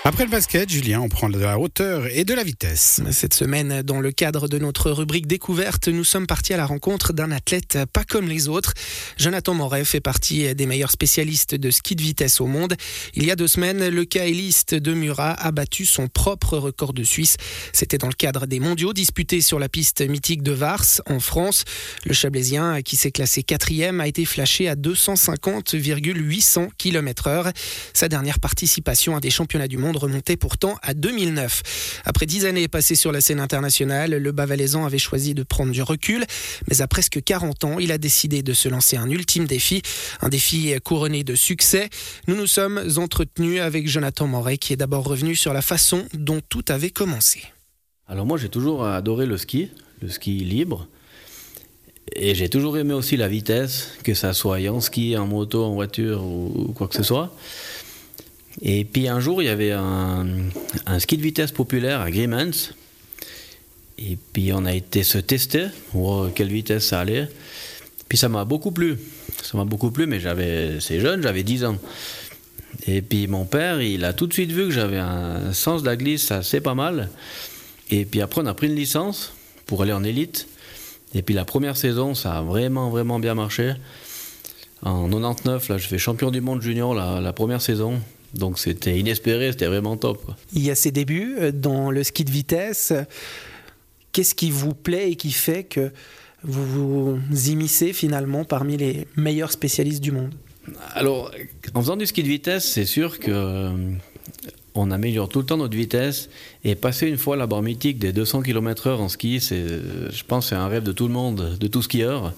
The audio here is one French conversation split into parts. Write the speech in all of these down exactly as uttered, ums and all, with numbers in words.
Après le basket, Julien, on prend de la hauteur et de la vitesse. Cette semaine, dans le cadre de notre rubrique découverte, nous sommes partis à la rencontre d'un athlète pas comme les autres. Jonathan Moret fait partie des meilleurs spécialistes de ski de vitesse au monde. Il y a deux semaines, le caéliste de Murat a battu son propre record de Suisse. C'était dans le cadre des mondiaux disputés sur la piste mythique de Vars, en France. Le Chablaisien, qui s'est classé quatrième, a été flashé à deux cent cinquante virgule huit cents kilomètres heure. Sa dernière participation à des championnats du monde remontait pourtant à deux mille neuf. Après dix années passées sur la scène internationale, le Bas-Valaisan avait choisi de prendre du recul. Mais à presque quarante ans, il a décidé de se lancer un ultime défi. Un défi couronné de succès. Nous nous sommes entretenus avec Jonathan Moret, qui est d'abord revenu sur la façon dont tout avait commencé. Alors moi, j'ai toujours adoré le ski, le ski libre. Et j'ai toujours aimé aussi la vitesse, que ça soit en ski, en moto, en voiture ou quoi que ce soit. Et puis un jour, il y avait un, un ski de vitesse populaire à Grimans. Et puis on a été se tester, voir quelle vitesse ça allait. Puis ça m'a beaucoup plu. Ça m'a beaucoup plu, mais j'avais, c'est jeune, j'avais dix ans. Et puis mon père, il a tout de suite vu que j'avais un sens de la glisse assez pas mal. Et puis après, on a pris une licence pour aller en élite. Et puis la première saison, ça a vraiment, vraiment bien marché. En quatre-vingt-dix-neuf, là, je fais champion du monde junior la, la première saison. Donc c'était inespéré, c'était vraiment top, quoi. Il y a ses débuts dans le ski de vitesse. Qu'est-ce qui vous plaît et qui fait que vous vous immiscez finalement parmi les meilleurs spécialistes du monde ? Alors, en faisant du ski de vitesse, c'est sûr que euh, on améliore tout le temps notre vitesse. Et passer une fois la barre mythique des deux cents kilomètres heure en ski, c'est, je pense que c'est un rêve de tout le monde, de tout skieur.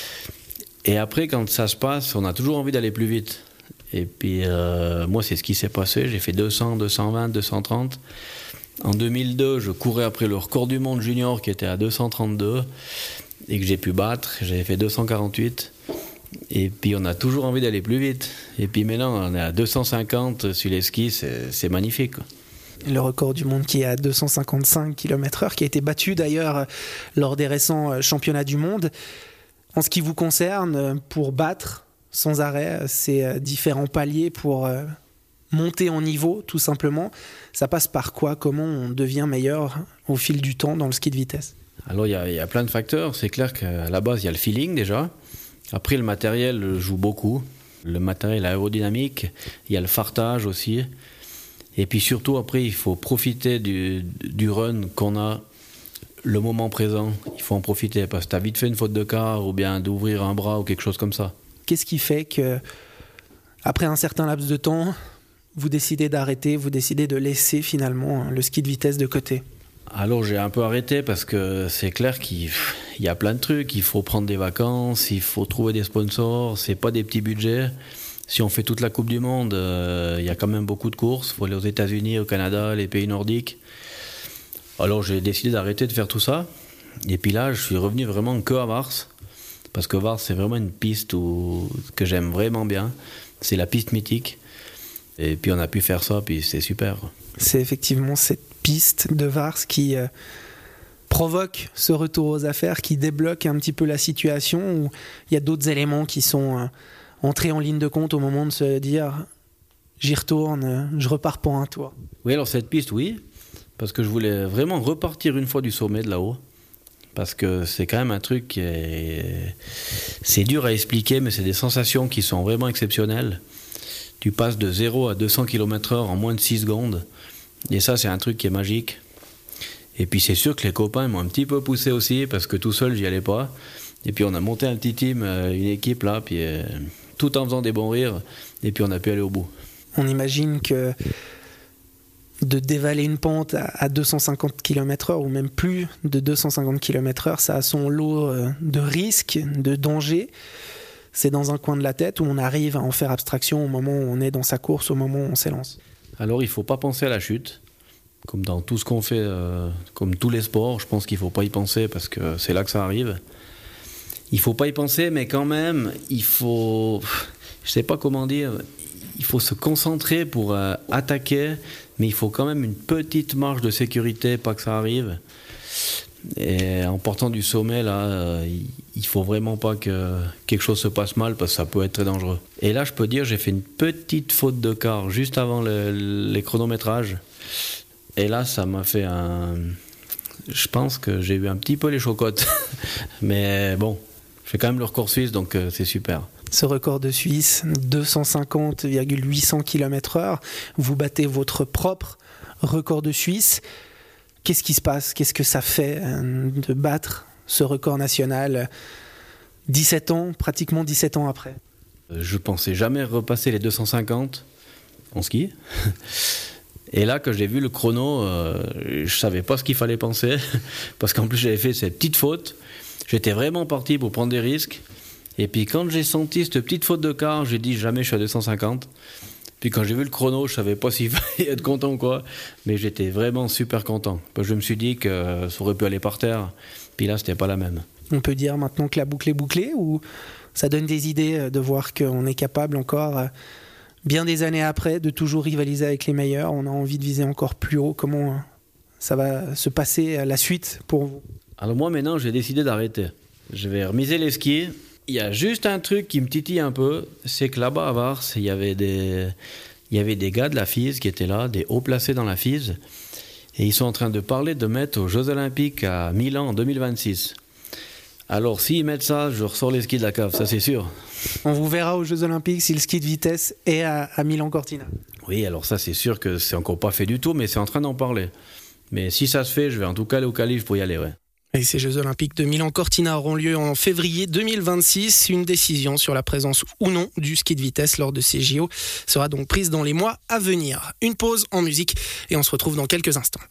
Et après, quand ça se passe, on a toujours envie d'aller plus vite. Et puis, euh, moi, c'est ce qui s'est passé. J'ai fait deux cents, deux cent vingt, deux cent trente. En deux mille deux, je courais après le record du monde junior qui était à deux cent trente-deux et que j'ai pu battre. J'avais fait deux cent quarante-huit. Et puis, on a toujours envie d'aller plus vite. Et puis maintenant, on est à deux cent cinquante sur les skis. C'est, c'est magnifique, quoi. Le record du monde qui est à deux cent cinquante-cinq kilomètres heure, qui a été battu d'ailleurs lors des récents championnats du monde. En ce qui vous concerne, pour battre sans arrêt ces différents paliers pour monter en niveau, tout simplement, ça passe par quoi ? Comment on devient meilleur au fil du temps dans le ski de vitesse ? Alors, il y a, y a plein de facteurs. C'est clair qu'à la base, il y a le feeling déjà. Après, le matériel joue beaucoup. Le matériel aérodynamique, il y a le fartage aussi. Et puis surtout, après, il faut profiter du, du run qu'on a, le moment présent. Il faut en profiter parce que tu as vite fait une faute de quart ou bien d'ouvrir un bras ou quelque chose comme ça. Qu'est-ce qui fait que, après un certain laps de temps, vous décidez d'arrêter, vous décidez de laisser finalement le ski de vitesse de côté ? Alors j'ai un peu arrêté parce que c'est clair qu'il il y a plein de trucs. Il faut prendre des vacances, il faut trouver des sponsors, c'est pas des petits budgets. Si on fait toute la Coupe du Monde, euh, il y a quand même beaucoup de courses. Il faut aller aux États-Unis, au Canada, les pays nordiques. Alors j'ai décidé d'arrêter de faire tout ça. Et puis là, je suis revenu vraiment que à Vars. Parce que Vars, c'est vraiment une piste où, que j'aime vraiment bien. C'est la piste mythique. Et puis on a pu faire ça, puis c'est super. C'est effectivement cette piste de Vars qui euh, provoque ce retour aux affaires, qui débloque un petit peu la situation, où il y a d'autres éléments qui sont euh, entrés en ligne de compte au moment de se dire « j'y retourne, euh, je repars pour un tour ». Oui, alors cette piste, oui, parce que je voulais vraiment repartir une fois du sommet de là-haut. Parce que c'est quand même un truc qui est... C'est dur à expliquer, mais c'est des sensations qui sont vraiment exceptionnelles. Tu passes de zéro à deux cents kilomètres heure en moins de six secondes. Et ça, c'est un truc qui est magique. Et puis c'est sûr que les copains m'ont un petit peu poussé aussi, parce que tout seul, j'y allais pas. Et puis on a monté un petit team, une équipe là, puis euh, tout en faisant des bons rires. Et puis on a pu aller au bout. On imagine que de dévaler une pente à deux cent cinquante kilomètres heure ou même plus de deux cent cinquante kilomètres heure, ça a son lot de risques, de dangers. C'est dans un coin de la tête où on arrive à en faire abstraction au moment où on est dans sa course, au moment où on s'élance. Alors il ne faut pas penser à la chute, comme dans tout ce qu'on fait, euh, comme tous les sports. Je pense qu'il ne faut pas y penser parce que c'est là que ça arrive. Il ne faut pas y penser, mais quand même, il faut... Je ne sais pas comment dire... Il faut se concentrer pour euh, attaquer, mais il faut quand même une petite marge de sécurité, pas que ça arrive. Et en partant du sommet, là, euh, il faut vraiment pas que quelque chose se passe mal parce que ça peut être très dangereux. Et là, je peux dire, j'ai fait une petite faute de quart juste avant le, les chronométrages. Et là, ça m'a fait un... Je pense que j'ai eu un petit peu les chocottes. Mais bon, je fais quand même le record suisse, donc euh, c'est super. Ce record de Suisse, deux cent cinquante virgule huit cents kilomètres heure, vous battez votre propre record de Suisse. Qu'est-ce qui se passe ? Qu'est-ce que ça fait euh, de battre ce record national dix-sept ans, pratiquement dix-sept ans après ? Je pensais jamais repasser les deux cent cinquante en ski. Et là, quand j'ai vu le chrono, euh, je savais pas ce qu'il fallait penser, parce qu'en plus j'avais fait cette petite faute. J'étais vraiment parti pour prendre des risques. Et puis quand j'ai senti cette petite faute de quart, j'ai dit jamais je suis à deux cent cinquante. Puis quand j'ai vu le chrono, je savais pas s'il fallait être content ou quoi, mais j'étais vraiment super content. Parce que je me suis dit que ça aurait pu aller par terre, puis là c'était pas la même. On peut dire maintenant que la boucle est bouclée, ou ça donne des idées de voir qu'on est capable encore, bien des années après, de toujours rivaliser avec les meilleurs. On a envie de viser encore plus haut. Comment ça va se passer à la suite pour vous ? Alors moi maintenant j'ai décidé d'arrêter. Je vais remiser les skis. Il y a juste un truc qui me titille un peu, c'est que là-bas à Vars, il y avait des, il y avait des gars de la F I S qui étaient là, des hauts placés dans la F I S, et ils sont en train de parler de mettre aux Jeux Olympiques à Milan en deux mille vingt-six. Alors s'ils mettent ça, je ressors les skis de la cave, ça c'est sûr. On vous verra aux Jeux Olympiques si le ski de vitesse est à, à Milan-Cortina. Oui, alors ça c'est sûr que c'est encore pas fait du tout, mais c'est en train d'en parler. Mais si ça se fait, je vais en tout cas aller au qualif pour y aller, ouais. Et ces Jeux Olympiques de Milan-Cortina auront lieu en février deux mille vingt-six. Une décision sur la présence ou non du ski de vitesse lors de ces J O sera donc prise dans les mois à venir. Une pause en musique et on se retrouve dans quelques instants.